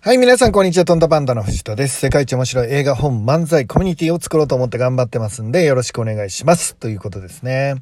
はい、皆さんこんにちは。トンタパンダの藤田です。世界一面白い映画本漫才コミュニティを作ろうと思って頑張ってますんで、よろしくお願いします。ということですね。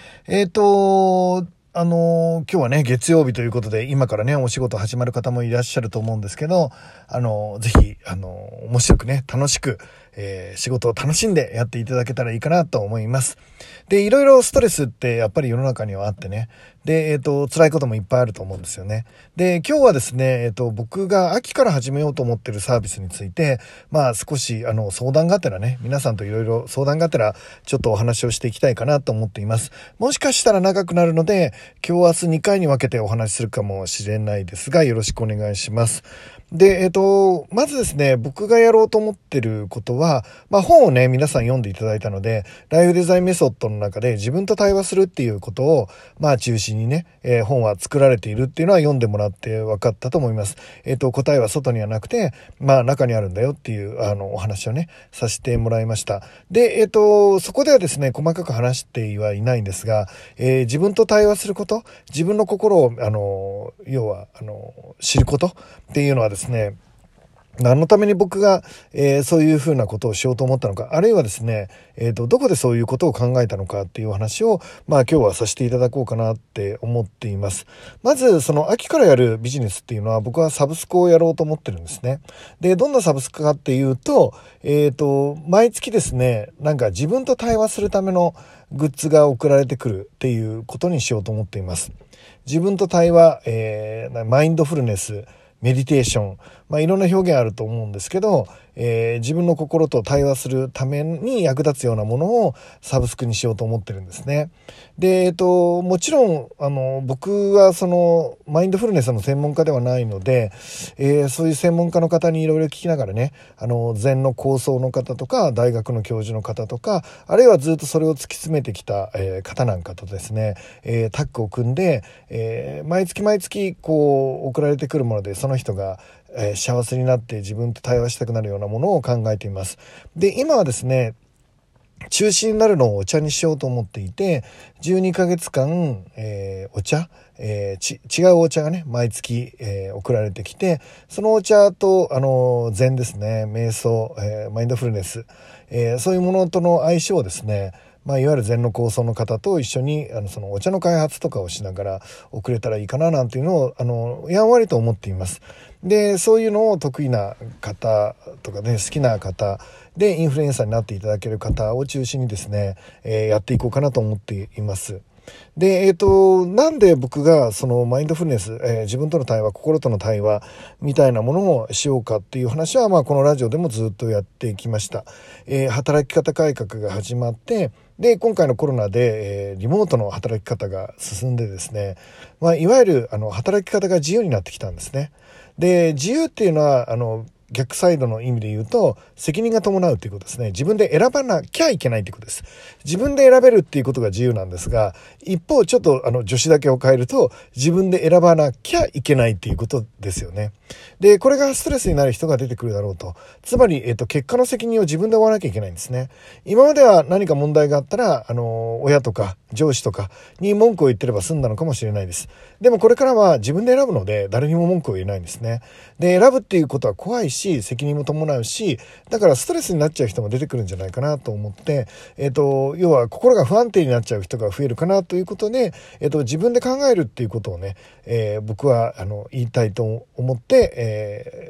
今日はね、月曜日ということで、今からね、お仕事始まる方もいらっしゃると思うんですけど、ぜひ、面白くね、楽しく、仕事を楽しんでやっていただけたらいいかなと思います。で、いろいろストレスってやっぱり世の中にはあってね。で、辛いこともいっぱいあると思うんですよね。で、今日はですね、僕が秋から始めようと思ってるサービスについて、少し、相談がてらね、皆さんといろいろ相談がてら、ちょっとお話をしていきたいかなと思っています。もしかしたら長くなるので、今日明日2回に分けてお話しするかもしれないですが、よろしくお願いします。で、まずですね、僕がやろうと思ってることは、本をね、皆さん読んでいただいたので、ライフデザインメソッドの中で自分と対話するっていうことを、中心にね、本は作られているっていうのは読んでもらって分かったと思います。答えは外にはなくて、中にあるんだよっていう、お話をね、させてもらいました。で、そこではですね、細かく話してはいないんですが、自分と対話すること、自分の心を、要は、知ることっていうのはですね、何のために僕が、そういうふうなことをしようと思ったのか、あるいはですね、どこでそういうことを考えたのかっていうお話を、今日はさせていただこうかなって思っています。まず、その秋からやるビジネスっていうのは、僕はサブスクをやろうと思ってるんですね。で、どんなサブスクかっていうと、毎月ですね、なんか自分と対話するためのグッズが送られてくるっていうことにしようと思っています。自分と対話、マインドフルネス、メディテーション、いろんな表現あると思うんですけど、自分の心と対話するために役立つようなものをサブスクにしようと思ってるんですね。で、もちろん、僕はそのマインドフルネスの専門家ではないので、そういう専門家の方にいろいろ聞きながらね、禅の構想の方とか、大学の教授の方とか、あるいはずっとそれを突き詰めてきた、方なんかとですね、タッグを組んで、毎月毎月こう送られてくるもので、その人が幸せになって自分と対話したくなるようなものを考えています。で、今はですね、中心になるのをお茶にしようと思っていて、12ヶ月間、お茶、違うお茶がね、毎月、送られてきて、そのお茶と、禅ですね、瞑想、マインドフルネス、そういうものとの相性をですね、いわゆる禅の構想の方と一緒にそのお茶の開発とかをしながら送れたらいいかななんていうのをやんわりと思っています。で、そういうのを得意な方とかね、好きな方でインフルエンサーになっていただける方を中心にですね、やっていこうかなと思っています。で、なんで僕がそのマインドフルネス、自分との対話、心との対話みたいなものをしようかっていう話は、このラジオでもずっとやってきました。働き方改革が始まって、で、今回のコロナで、リモートの働き方が進んでですね、いわゆる働き方が自由になってきたんですね。で、自由っていうのは逆サイドの意味で言うと責任が伴うということですね。自分で選ばなきゃいけないということです。自分で選べるっていうことが自由なんですが、一方ちょっと助詞だけを変えると自分で選ばなきゃいけないっていうことですよね。で、これがストレスになる人が出てくるだろうと。つまり、結果の責任を自分で負わなきゃいけないんですね。今までは何か問題があったら親とか上司とかに文句を言ってれば済んだのかもしれないです。でもこれからは自分で選ぶので誰にも文句を言えないんですね。で、選ぶっていうことは怖いし責任も伴うし、だからストレスになっちゃう人も出てくるんじゃないかなと思って、要は心が不安定になっちゃう人が増えるかなということで、自分で考えるっていうことをね、僕は言いたいと思って、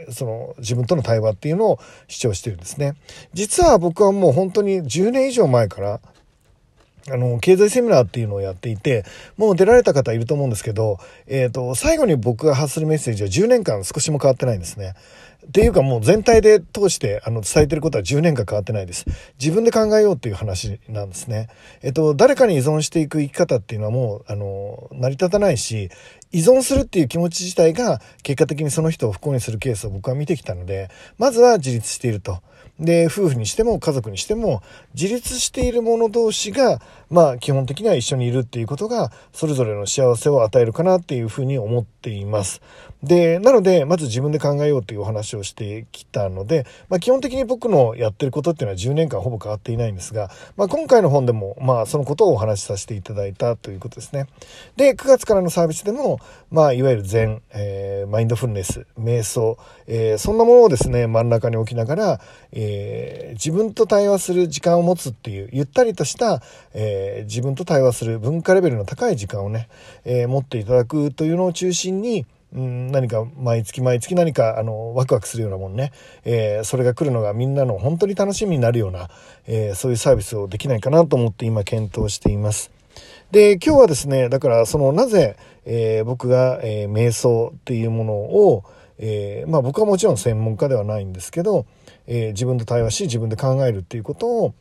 その自分との対話っていうのを主張してるんですね。実は僕はもう本当に10年以上前から経済セミナーっていうのをやっていて、もう出られた方いると思うんですけど、最後に僕が発するメッセージは10年間少しも変わってないんですね。っていうかもう全体で通して伝えてることは10年間変わってないです。自分で考えようっていう話なんですね。誰かに依存していく生き方っていうのはもう成り立たないし、依存するっていう気持ち自体が結果的にその人を不幸にするケースを僕は見てきたので、まずは自立していると。で、夫婦にしても家族にしても自立している者同士が、 基本的には一緒にいるっていうことがそれぞれの幸せを与えるかなっていうふうに思っています。で、なのでまず自分で考えようというお話をしてきたので、基本的に僕のやってることっていうのは10年間ほぼ変わっていないんですが、今回の本でもそのことをお話しさせていただいたということですね。で、9月からのサービスでもいわゆる禅、マインドフルネス、瞑想、そんなものをですね真ん中に置きながら、自分と対話する時間を持つっていうゆったりとした、自分と対話する文化レベルの高い時間をね、持っていただくというのを中心に、何か毎月何かワクワクするようなもんね、それが来るのがみんなの本当に楽しみになるような、そういうサービスをできないかなと思って今検討しています。で、今日はですね、だからなぜ、僕が、瞑想っていうものを、僕はもちろん専門家ではないんですけど、自分と対話し自分で考えるっていうことを、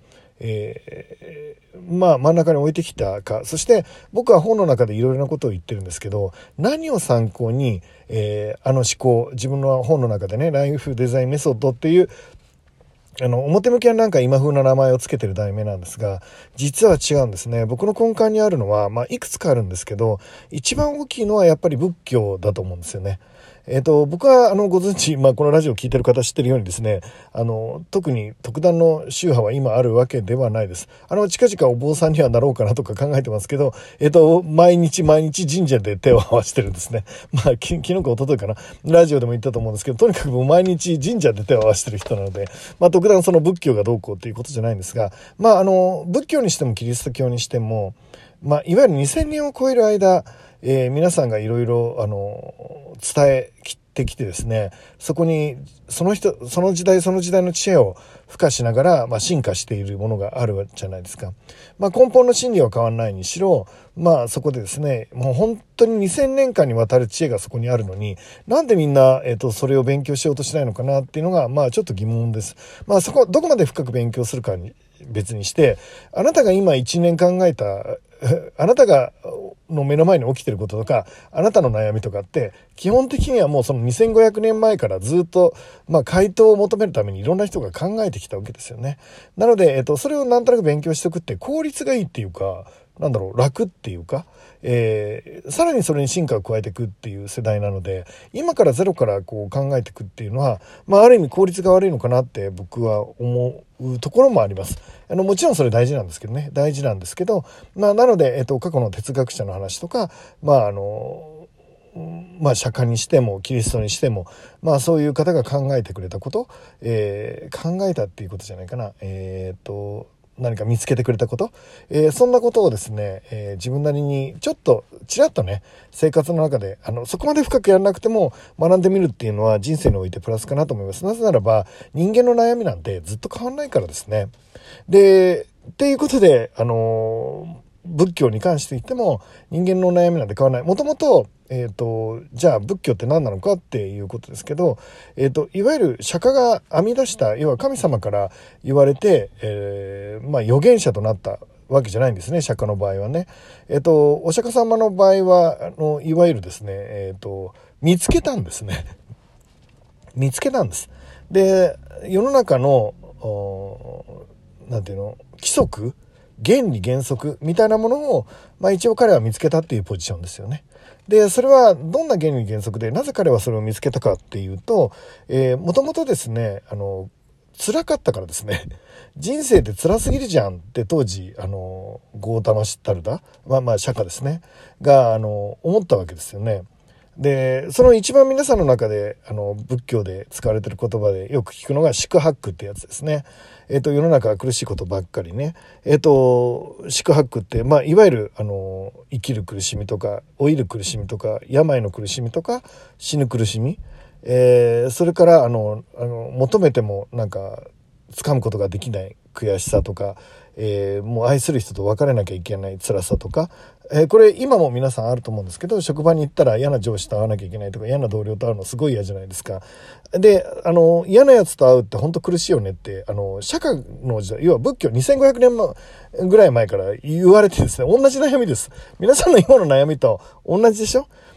真ん中に置いてきたか。そして僕は本の中でいろいろなことを言ってるんですけど、何を参考に、思考、自分の本の中でね、ライフデザインメソッドっていう表向きはなんか今風な名前をつけてる題名なんですが、実は違うんですね。僕の根幹にあるのは、いくつかあるんですけど、一番大きいのはやっぱり仏教だと思うんですよね。僕はご存知、このラジオを聞いてる方知ってるようにですね、特に特段の宗派は今あるわけではないです。近々お坊さんにはなろうかなとか考えてますけど、毎日神社で手を合わせてるんですね。昨日か一昨日かな、ラジオでも言ったと思うんですけど、とにかくもう毎日神社で手を合わせてる人なので、特段その仏教がどうこうっていうことじゃないんですが、仏教にしてもキリスト教にしても、いわゆる2000年を超える間、皆さんがいろいろ伝えきってきてですね、そこにその時代の知恵を付加しながら、進化しているものがあるじゃないですか。根本の真理は変わらないにしろ、そこでですね、もう本当に2000年間にわたる知恵がそこにあるのに、なんでみんな、それを勉強しようとしないのかなっていうのがちょっと疑問です。そこどこまで深く勉強するかに別にして、あなたが今1年考えたあなたがの目の前に起きてることとか、あなたの悩みとかって基本的にはもうその2500年前からずっと回答を求めるためにいろんな人が考えてきたわけですよね。なので、それをなんとなく勉強しておくって効率がいいっていうか、楽っていうか、さらにそれに進化を加えていくっていう世代なので、今からゼロからこう考えていくっていうのは、ある意味効率が悪いのかなって僕は思うところもあります。もちろんそれ大事なんですけど、なので、過去の哲学者の話とか、釈迦にしてもキリストにしても、そういう方が考えてくれたこと、考えたっていうことじゃないかな、何か見つけてくれたこと、そんなことをですね、自分なりにちょっとちらっとね、生活の中でそこまで深くやらなくても学んでみるっていうのは人生においてプラスかなと思います。なぜならば人間の悩みなんてずっと変わんないからですね。で、っていうことで仏教に関して言っても人間の悩みなんて変わらない。もともとじゃあ仏教って何なのかっていうことですけど、いわゆる釈迦が編み出した、要は神様から言われて、預言者となったわけじゃないんですね、釈迦の場合はね。お釈迦様の場合はいわゆるですね、見つけたんですね。見つけたんです。で、世の中の規則、原理原則みたいなものを、一応彼は見つけたっていうポジションですよね。で、それはどんな原理原則でなぜ彼はそれを見つけたかっていうと、もともとですね、辛かったからですね。人生って辛すぎるじゃんって当時ゴータマ・シッタルダ、釈迦ですねが思ったわけですよね。で、その一番皆さんの中で仏教で使われている言葉でよく聞くのが四苦八苦ってやつですね。世の中は苦しいことばっかりね。四苦八苦って、いわゆる生きる苦しみとか老いる苦しみとか病の苦しみとか死ぬ苦しみ、それから求めても掴むことができない悔しさとか、もう愛する人と別れなきゃいけない辛さとか、これ今も皆さんあると思うんですけど、職場に行ったら嫌な上司と会わなきゃいけないとか嫌な同僚と会うのすごい嫌じゃないですか。で、嫌なやつと会うって本当苦しいよねって釈迦の時代、要は仏教2500年ぐらい前から言われてですね、同じ悩みです。皆さんの今の悩みと同じでしょ。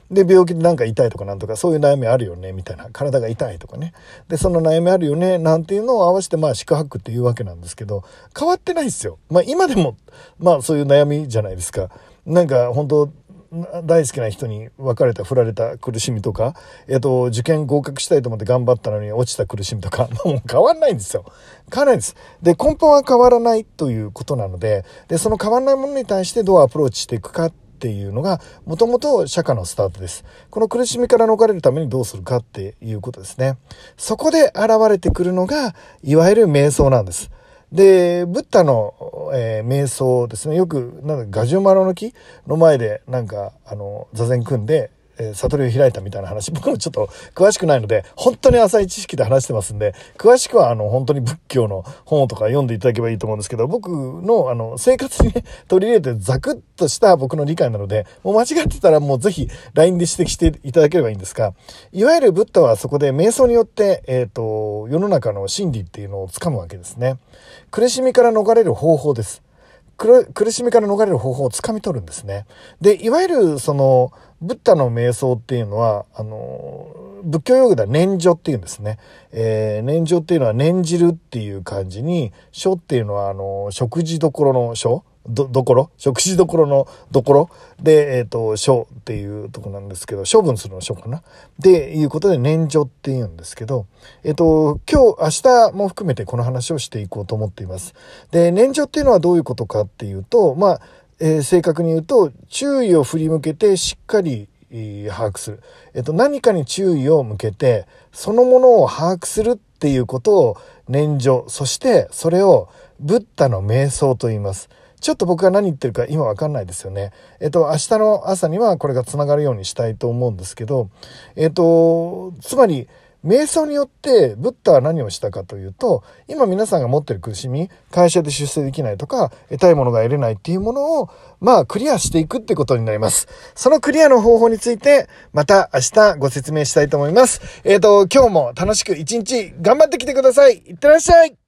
で、病気でなんか痛いとかなんとか、そういう悩みあるよね、みたいな。体が痛いとかね。で、その悩みあるよね、なんていうのを合わせて、四苦八苦っていうわけなんですけど、変わってないですよ。今でも、そういう悩みじゃないですか。なんか、本当大好きな人に別れた、振られた苦しみとか、受験合格したいと思って頑張ったのに落ちた苦しみとか、もう変わんないんですよ。変わらないんです。で、根本は変わらないということなので、その変わらないものに対してどうアプローチしていくかっていうのが、もともと釈迦のスタートです。この苦しみから逃れるためにどうするかっていうことですね。そこで現れてくるのが、いわゆる瞑想なんです。で、ブッダの、瞑想ですね。よく、ガジュマロの木の前で、座禅組んで、悟りを開いたみたいな話、僕もちょっと詳しくないので、本当に浅い知識で話してますんで、詳しくは本当に仏教の本とか読んでいただければいいと思うんですけど、僕の生活にね、取り入れてザクッとした僕の理解なので、もう間違ってたらもうぜひ LINE で指摘していただければいいんですが、いわゆるブッダはそこで瞑想によって、世の中の真理っていうのをつかむわけですね。苦しみから逃れる方法です。苦しみから逃れる方法をつかみ取るんですね。で、いわゆるブッダの瞑想っていうのは、仏教用語では念処っていうんですね。念処っていうのは念じるっていう感じに、処っていうのは食事どころの処食事どころのどころで、処っていうところなんですけど、処分するの処かなでいうことで念処っていうんですけど、明日も含めてこの話をしていこうと思っています。で、念処っていうのはどういうことかっていうと、正確に言うと、注意を振り向けてしっかり把握する。何かに注意を向けて、そのものを把握するっていうことを念処、そしてそれをブッダの瞑想と言います。ちょっと僕が何言ってるか今わかんないですよね。明日の朝にはこれがつながるようにしたいと思うんですけど、つまり、瞑想によってブッダは何をしたかというと、今皆さんが持っている苦しみ、会社で出世できないとか、得たいものが得れないっていうものを、クリアしていくってことになります。そのクリアの方法について、また明日ご説明したいと思います。今日も楽しく一日頑張ってきてください。いってらっしゃい。